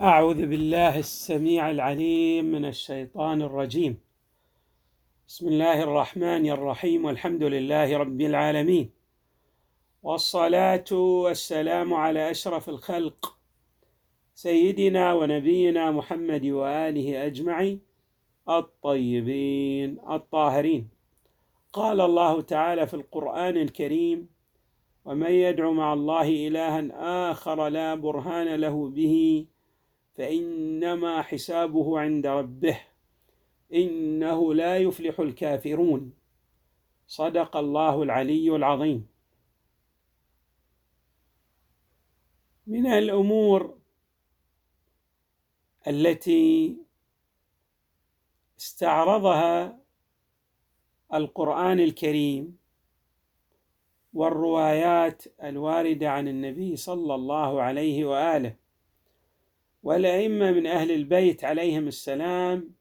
أعوذ بالله السميع العليم من الشيطان الرجيم. بسم الله الرحمن الرحيم، والحمد لله رب العالمين، والصلاة والسلام على أشرف الخلق سيدنا ونبينا محمد وآله أجمعين الطيبين الطاهرين. قال الله تعالى في القرآن الكريم: ومن يدع مع الله إلها آخر لا برهان له به فإنما حسابه عند ربه إنه لا يفلح الكافرون. صدق الله العلي العظيم. من الأمور التي استعرضها القرآن الكريم والروايات الواردة عن النبي صلى الله عليه وآله والأئمة من أهل البيت عليهم السلام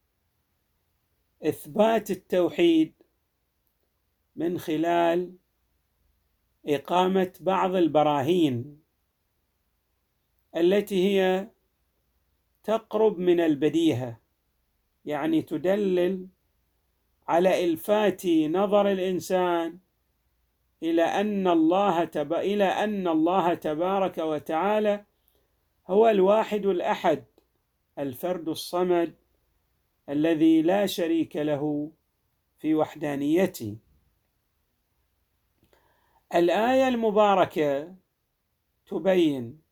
إثبات التوحيد من خلال إقامة بعض البراهين التي هي تقرب من البديهة، يعني تدلل على إلفات نظر الإنسان إلى أن الله تبارك وتعالى هو الواحد الأحد الفرد الصمد الذي لا شريك له في وحدانيته. الآية المباركة تبين،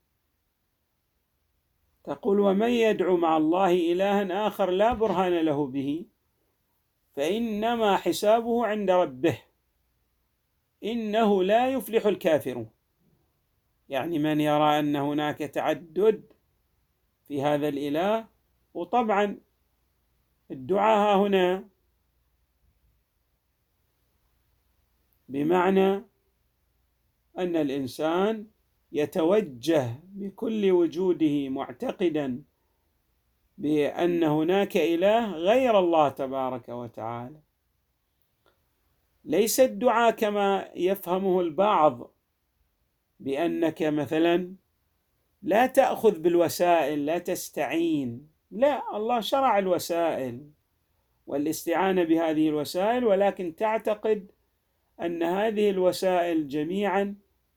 تقول: ومن يدعو مع الله إلها آخر لا برهان له به فإنما حسابه عند ربه إنه لا يفلح الكافرون. يعني من يرى أن هناك تعدد في هذا الإله، وطبعا الدعاء هنا بمعنى أن الإنسان يتوجه بكل وجوده معتقدا بأن هناك إله غير الله تبارك وتعالى. ليس الدعاء كما يفهمه البعض بأنك مثلا لا تأخذ بالوسائل، لا تستعين. لا، الله شرع الوسائل والاستعانة بهذه الوسائل، ولكن تعتقد أن هذه الوسائل جميعا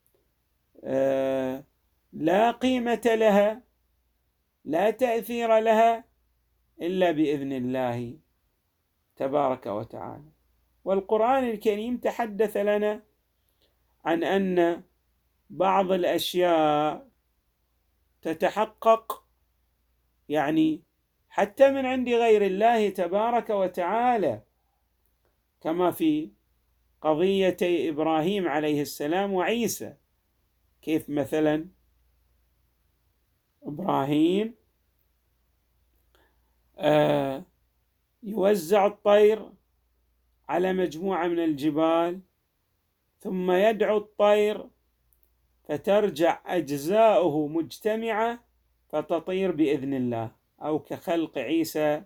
لا قيمة لها، لا تأثير لها إلا بإذن الله تبارك وتعالى. والقرآن الكريم تحدث لنا عن أن بعض الأشياء تتحقق يعني حتى من عند غير الله تبارك وتعالى، كما في قضيتي إبراهيم عليه السلام وعيسى. كيف مثلا إبراهيم يوزع الطير على مجموعة من الجبال، ثم يدعو الطير فترجع أجزاؤه مجتمعة فتطير بإذن الله، أو كخلق عيسى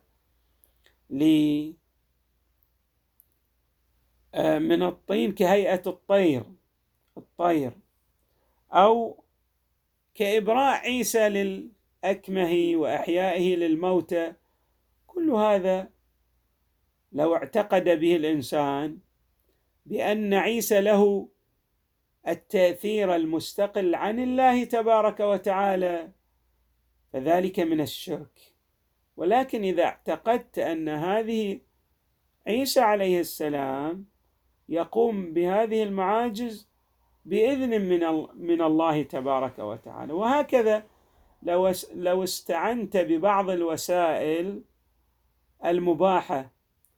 من الطين كهيئة الطير، أو كإبراء عيسى للأكمه وإحيائه للموتى. كل هذا لو اعتقد به الإنسان بأن عيسى له التأثير المستقل عن الله تبارك وتعالى فذلك من الشرك. ولكن إذا اعتقدت أن هذه عيسى عليه السلام يقوم بهذه المعاجز بإذن من الله تبارك وتعالى، وهكذا لو استعنت ببعض الوسائل المباحة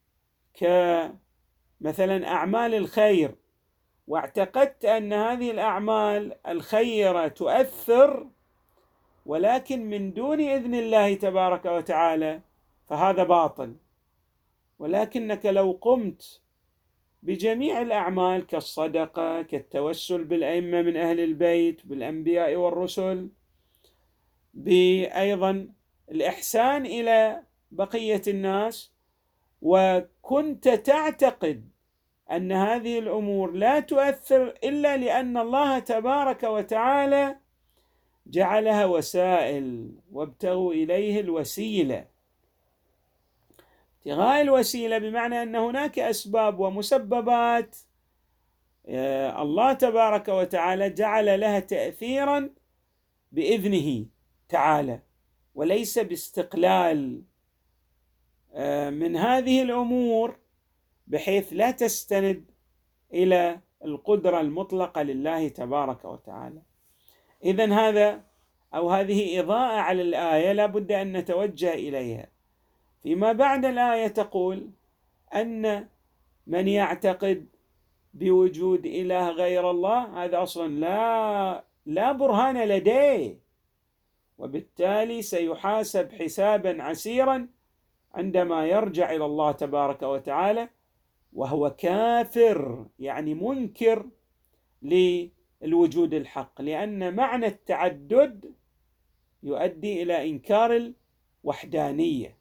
كمثلا أعمال الخير، واعتقدت أن هذه الأعمال الخيرة تؤثر ولكن من دون إذن الله تبارك وتعالى، فهذا باطل. ولكنك لو قمت بجميع الأعمال كالصدقة، كالتوسل بالأئمة من أهل البيت، بالأنبياء والرسل، بأيضا الإحسان إلى بقية الناس، وكنت تعتقد أن هذه الأمور لا تؤثر إلا لأن الله تبارك وتعالى جعلها وسائل، وابتغوا إليه الوسيلة. ابتغاء الوسيلة بمعنى أن هناك أسباب ومسببات الله تبارك وتعالى جعل لها تأثيرا بإذنه تعالى، وليس باستقلال من هذه الأمور، بحيث لا تستند إلى القدرة المطلقة لله تبارك وتعالى. إذن هذه إضاءة على الآية لا بد أن نتوجه إليها. فيما بعد الآية تقول أن من يعتقد بوجود إله غير الله هذا أصلا لا برهان لديه، وبالتالي سيحاسب حسابا عسيرا عندما يرجع إلى الله تبارك وتعالى وهو كافر، يعني منكر للوجود الحق، لأن معنى التعدد يؤدي إلى إنكار الوحدانية.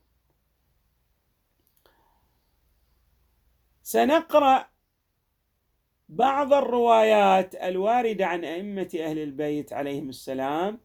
سنقرأ بعض الروايات الواردة عن أئمة أهل البيت عليهم السلام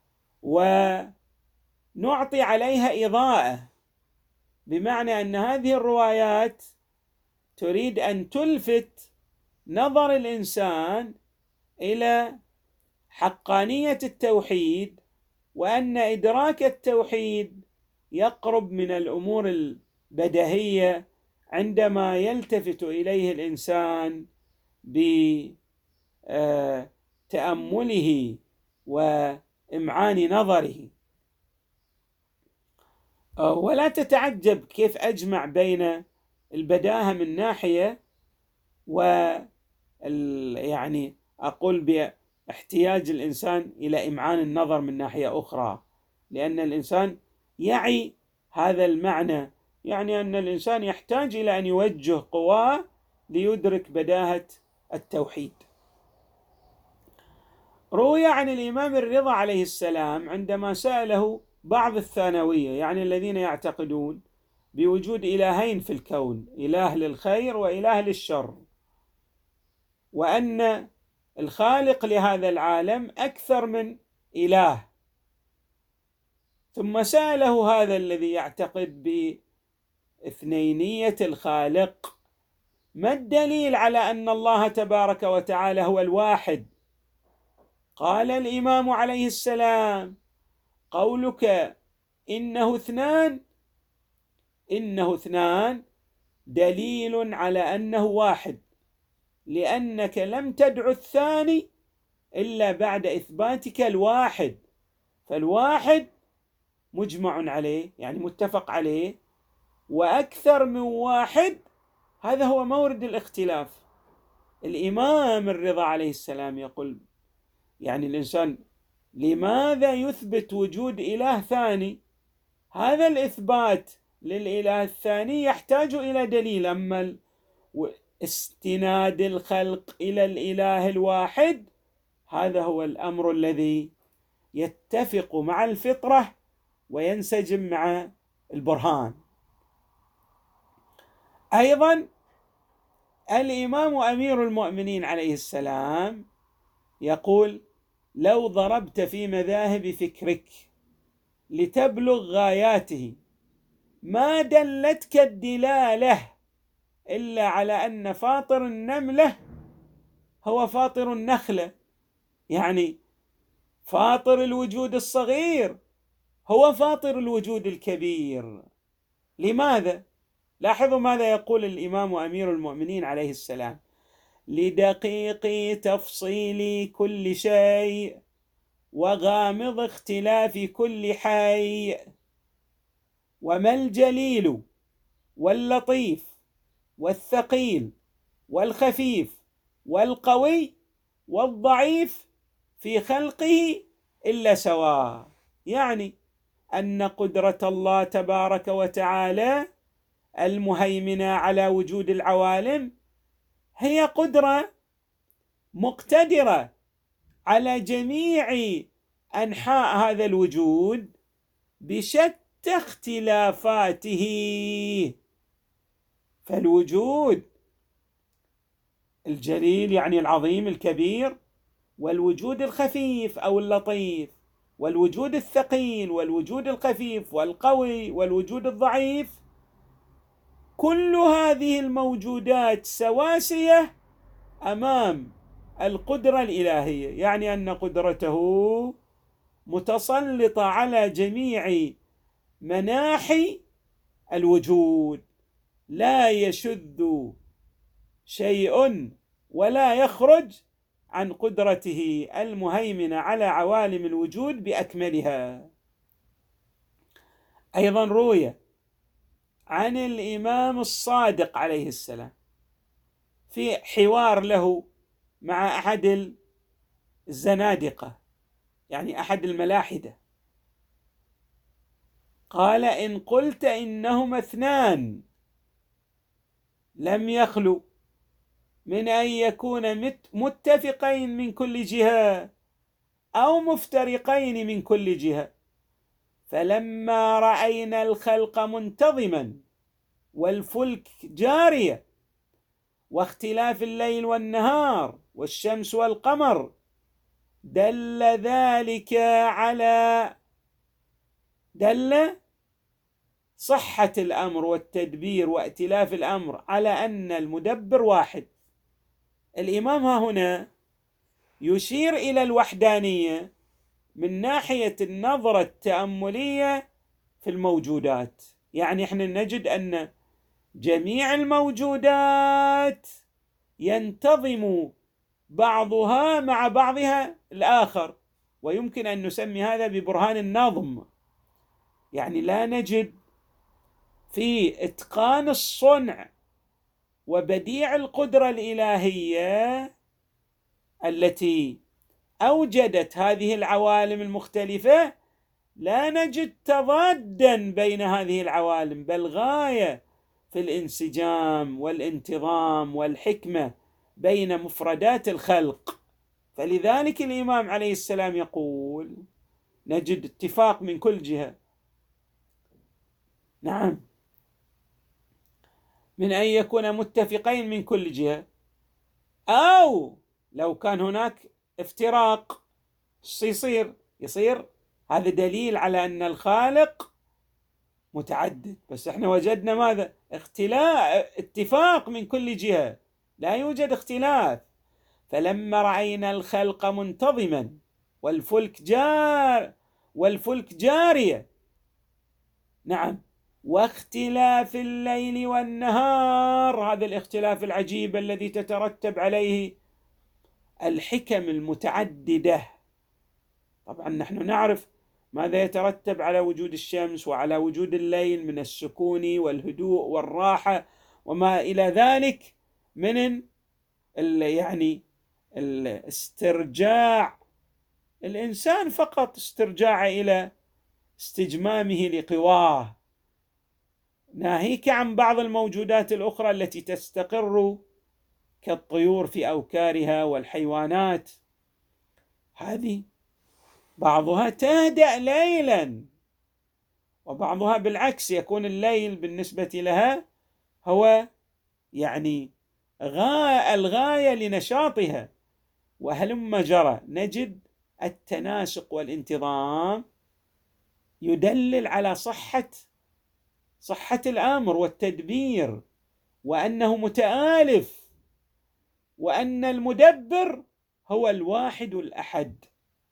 ونعطي عليها إضاءة، بمعنى أن هذه الروايات تريد أن تلفت نظر الإنسان إلى حقانية التوحيد، وأن إدراك التوحيد يقرب من الأمور البديهية عندما يلتفت إليه الإنسان بتأمله وإمعان نظره. ولا تتعجب كيف أجمع بين البداهة من ناحية يعني أقول باحتياج الإنسان إلى إمعان النظر من ناحية أخرى، لأن الإنسان يعي هذا المعنى، يعني أن الإنسان يحتاج إلى أن يوجه قواه ليدرك بداهة التوحيد. روي عن الإمام الرضا عليه السلام عندما سأله بعض الثانوية، يعني الذين يعتقدون بوجود إلهين في الكون، إله للخير وإله للشر، وأن الخالق لهذا العالم أكثر من إله، ثم سأله هذا الذي يعتقد باثنينية الخالق: ما الدليل على أن الله تبارك وتعالى هو الواحد؟ قال الإمام عليه السلام: قولك إنه اثنان دليل على أنه واحد، لأنك لم تدع الثاني إلا بعد إثباتك الواحد، فالواحد مجمع عليه يعني متفق عليه، وأكثر من واحد هذا هو مورد الاختلاف. الإمام الرضا عليه السلام يقول يعني الإنسان لماذا يثبت وجود إله ثاني؟ هذا الإثبات للإله الثاني يحتاج إلى دليل، أما استناد الخلق إلى الإله الواحد هذا هو الأمر الذي يتفق مع الفطرة وينسجم مع البرهان. أيضا الإمام أمير المؤمنين عليه السلام يقول: لو ضربت في مذاهب فكرك لتبلغ غاياته ما دلتك الدلالة إلا على أن فاطر النملة هو فاطر النخلة، يعني فاطر الوجود الصغير هو فاطر الوجود الكبير. لماذا؟ لاحظوا ماذا يقول الإمام أمير المؤمنين عليه السلام: لدقيق تفصيل كل شيء وغامض اختلاف كل حي، وما الجليل واللطيف والثقيل والخفيف والقوي والضعيف في خلقه إلا سواء. يعني أن قدرة الله تبارك وتعالى المهيمنة على وجود العوالم هي قدرة مقتدرة على جميع أنحاء هذا الوجود بشتى اختلافاته. فالوجود الجليل يعني العظيم الكبير، والوجود الخفيف أو اللطيف، والوجود الثقيل والوجود الخفيف والقوي والوجود الضعيف، كل هذه الموجودات سواسية أمام القدرة الإلهية، يعني أن قدرته متسلطة على جميع مناحي الوجود، لا يشذ شيء ولا يخرج عن قدرته المهيمنة على عوالم الوجود بأكملها. أيضا روي عن الإمام الصادق عليه السلام في حوار له مع أحد الزنادقة، يعني أحد الملاحدة، قال: إن قلت إنهما اثنان لم يخلو من أن يكون متفقين من كل جهة أو مفترقين من كل جهة، فلما رأينا الخلق منتظما والفلك جارية واختلاف الليل والنهار والشمس والقمر، دل صحة الأمر والتدبير وائتلاف الأمر على أن المدبر واحد. الإمام ها هنا يشير إلى الوحدانية من ناحية النظرة التأملية في الموجودات، يعني احنا نجد أن جميع الموجودات ينتظم بعضها مع بعضها الآخر، ويمكن أن نسمي هذا ببرهان النظم. يعني لا نجد في إتقان الصنع وبديع القدرة الإلهية التي أوجدت هذه العوالم المختلفة، لا نجد تضادا بين هذه العوالم، بل غاية في الانسجام والانتظام والحكمة بين مفردات الخلق. فلذلك الإمام عليه السلام يقول: نجد اتفاق من كل جهة، نعم، من أن يكون متفقين من كل جهة، أو لو كان هناك افتراق يصير هذا دليل على أن الخالق متعدد، بس احنا وجدنا ماذا؟ اتفاق من كل جهة، لا يوجد اختلاف. فلما رأينا الخلق منتظما والفلك جارية، نعم، واختلاف الليل والنهار، هذا الاختلاف العجيب الذي تترتب عليه الحكم المتعددة. طبعا نحن نعرف ماذا يترتب على وجود الشمس وعلى وجود الليل من السكون والهدوء والراحة وما إلى ذلك من يعني الاسترجاع، الإنسان فقط استرجاع إلى استجمامه لقواه، ناهيك عن بعض الموجودات الأخرى التي تستقر كالطيور في أوكارها والحيوانات، هذه بعضها تهدأ ليلا وبعضها بالعكس يكون الليل بالنسبة لها هو يعني الغاية لنشاطها، وهلم جرى. نجد التناسق والانتظام يدلل على صحة الأمر والتدبير، وأنه متآلف، وأن المدبر هو الواحد الأحد.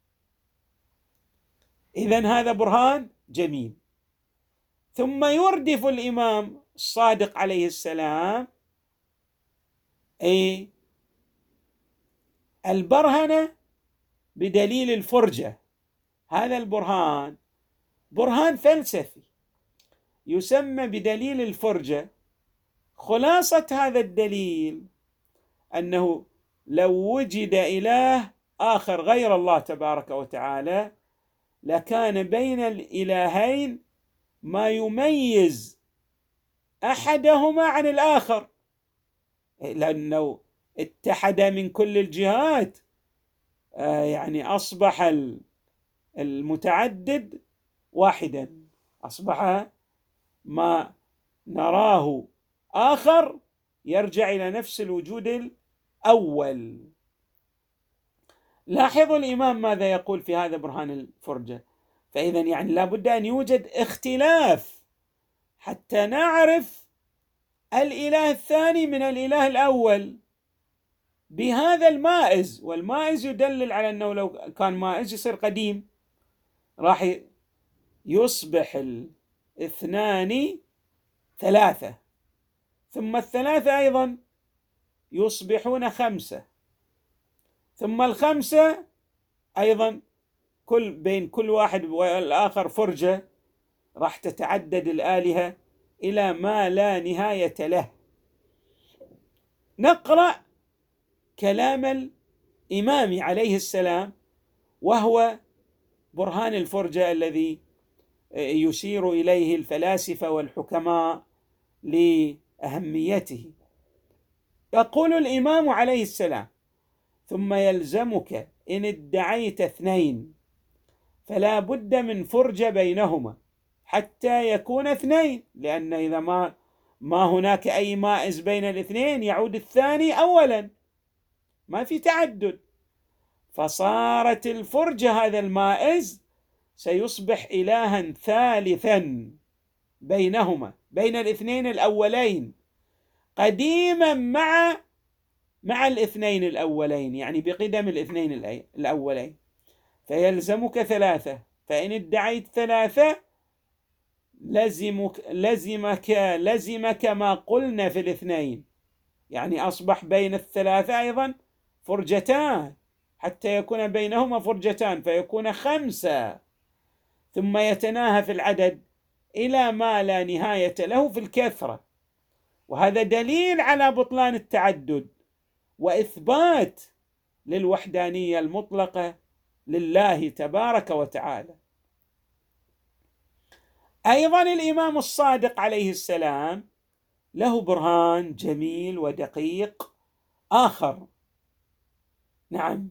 إذن هذا برهان جميل. ثم يردف الإمام الصادق عليه السلام البرهنة بدليل الفرجة. هذا البرهان برهان فلسفي يسمى بدليل الفرجة. خلاصة هذا الدليل أنه لو وجد إله آخر غير الله تبارك وتعالى لكان بين الإلهين ما يميز أحدهما عن الآخر، لأنه اتحد من كل الجهات، يعني أصبح المتعدد واحدا، أصبح ما نراه آخر يرجع إلى نفس الوجود الأول. لاحظوا الإمام ماذا يقول في هذا برهان الفرجة. فإذا يعني لابد أن يوجد اختلاف حتى نعرف الإله الثاني من الإله الأول بهذا المائز. والمائز يدلل على أنه لو كان مائز يصير قديم، راح يصبح الاثنان ثلاثة، ثم الثلاثة أيضا يصبحون خمسة، ثم الخمسة أيضا بين كل واحد والآخر فرجة، راح تتعدد الآلهة إلى ما لا نهاية له. نقرأ كلام الإمام عليه السلام وهو برهان الفرجة الذي يشير إليه الفلاسفة والحكماء لأهميته. يقول الإمام عليه السلام: ثم يلزمك إن ادعيت اثنين فلا بد من فرجة بينهما حتى يكون اثنين، لأن إذا ما هناك أي مائز بين الاثنين يعود الثاني أولا، ما في تعدد. فصارت الفرجة هذا المائز سيصبح إلها ثالثا بينهما، بين الاثنين الأولين، قديما مع الاثنين الأولين، يعني بقدم الاثنين الأولين. فيلزمك ثلاثة، فإن ادعيت ثلاثة لزمك ما قلنا في الاثنين، يعني أصبح بين الثلاثة أيضا فرجتان حتى يكون بينهما فرجتان فيكون خمسة، ثم يتناهى في العدد إلى ما لا نهاية له في الكثرة. وهذا دليل على بطلان التعدد وإثبات للوحدانية المطلقة لله تبارك وتعالى. أيضا الإمام الصادق عليه السلام له برهان جميل ودقيق آخر، نعم،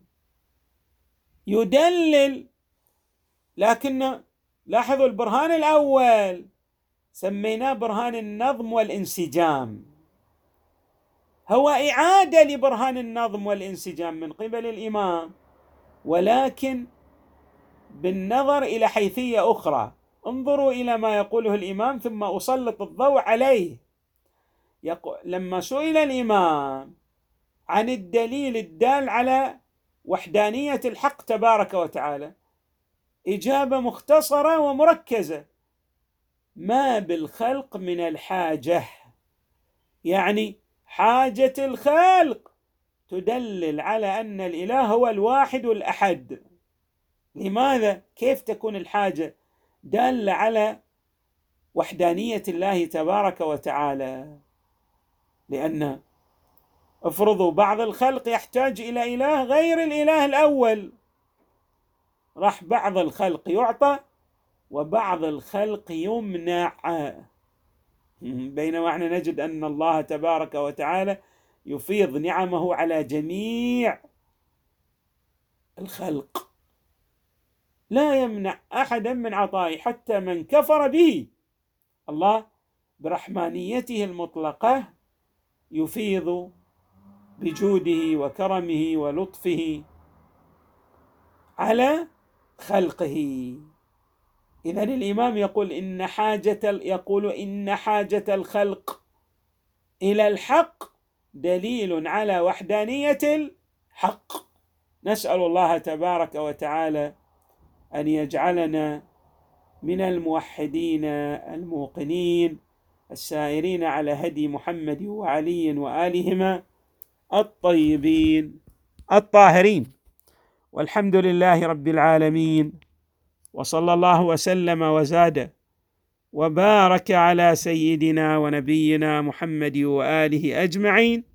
يدلل، لكن لاحظوا البرهان الأول سميناه برهان النظم والانسجام، هو إعادة لبرهان النظم والانسجام من قبل الإمام، ولكن بالنظر إلى حيثية أخرى. انظروا إلى ما يقوله الإمام ثم أسلط الضوء عليه. لما سئل الإمام عن الدليل الدال على وحدانية الحق تبارك وتعالى، إجابة مختصرة ومركزة: ما بالخلق من الحاجة، يعني حاجة الخلق تدلل على أن الإله هو الواحد الأحد. لماذا؟ كيف تكون الحاجة دالة على وحدانية الله تبارك وتعالى؟ لأن افرضوا بعض الخلق يحتاج إلى إله غير الإله الأول، راح بعض الخلق يعطى وبعض الخلق يمنع، بينما احنا نجد أن الله تبارك وتعالى يفيض نعمه على جميع الخلق، لا يمنع أحدا من عطائه حتى من كفر به. الله برحمانيته المطلقة يفيض بجوده وكرمه ولطفه على خلقه. إذن الإمام يقول إن حاجة الخلق إلى الحق دليل على وحدانية الحق. نسأل الله تبارك وتعالى أن يجعلنا من الموحدين الموقنين السائرين على هدي محمد وعلي وآلهما الطيبين الطاهرين. والحمد لله رب العالمين، وصلى الله وسلم وزاد وبارك على سيدنا ونبينا محمد وآله أجمعين.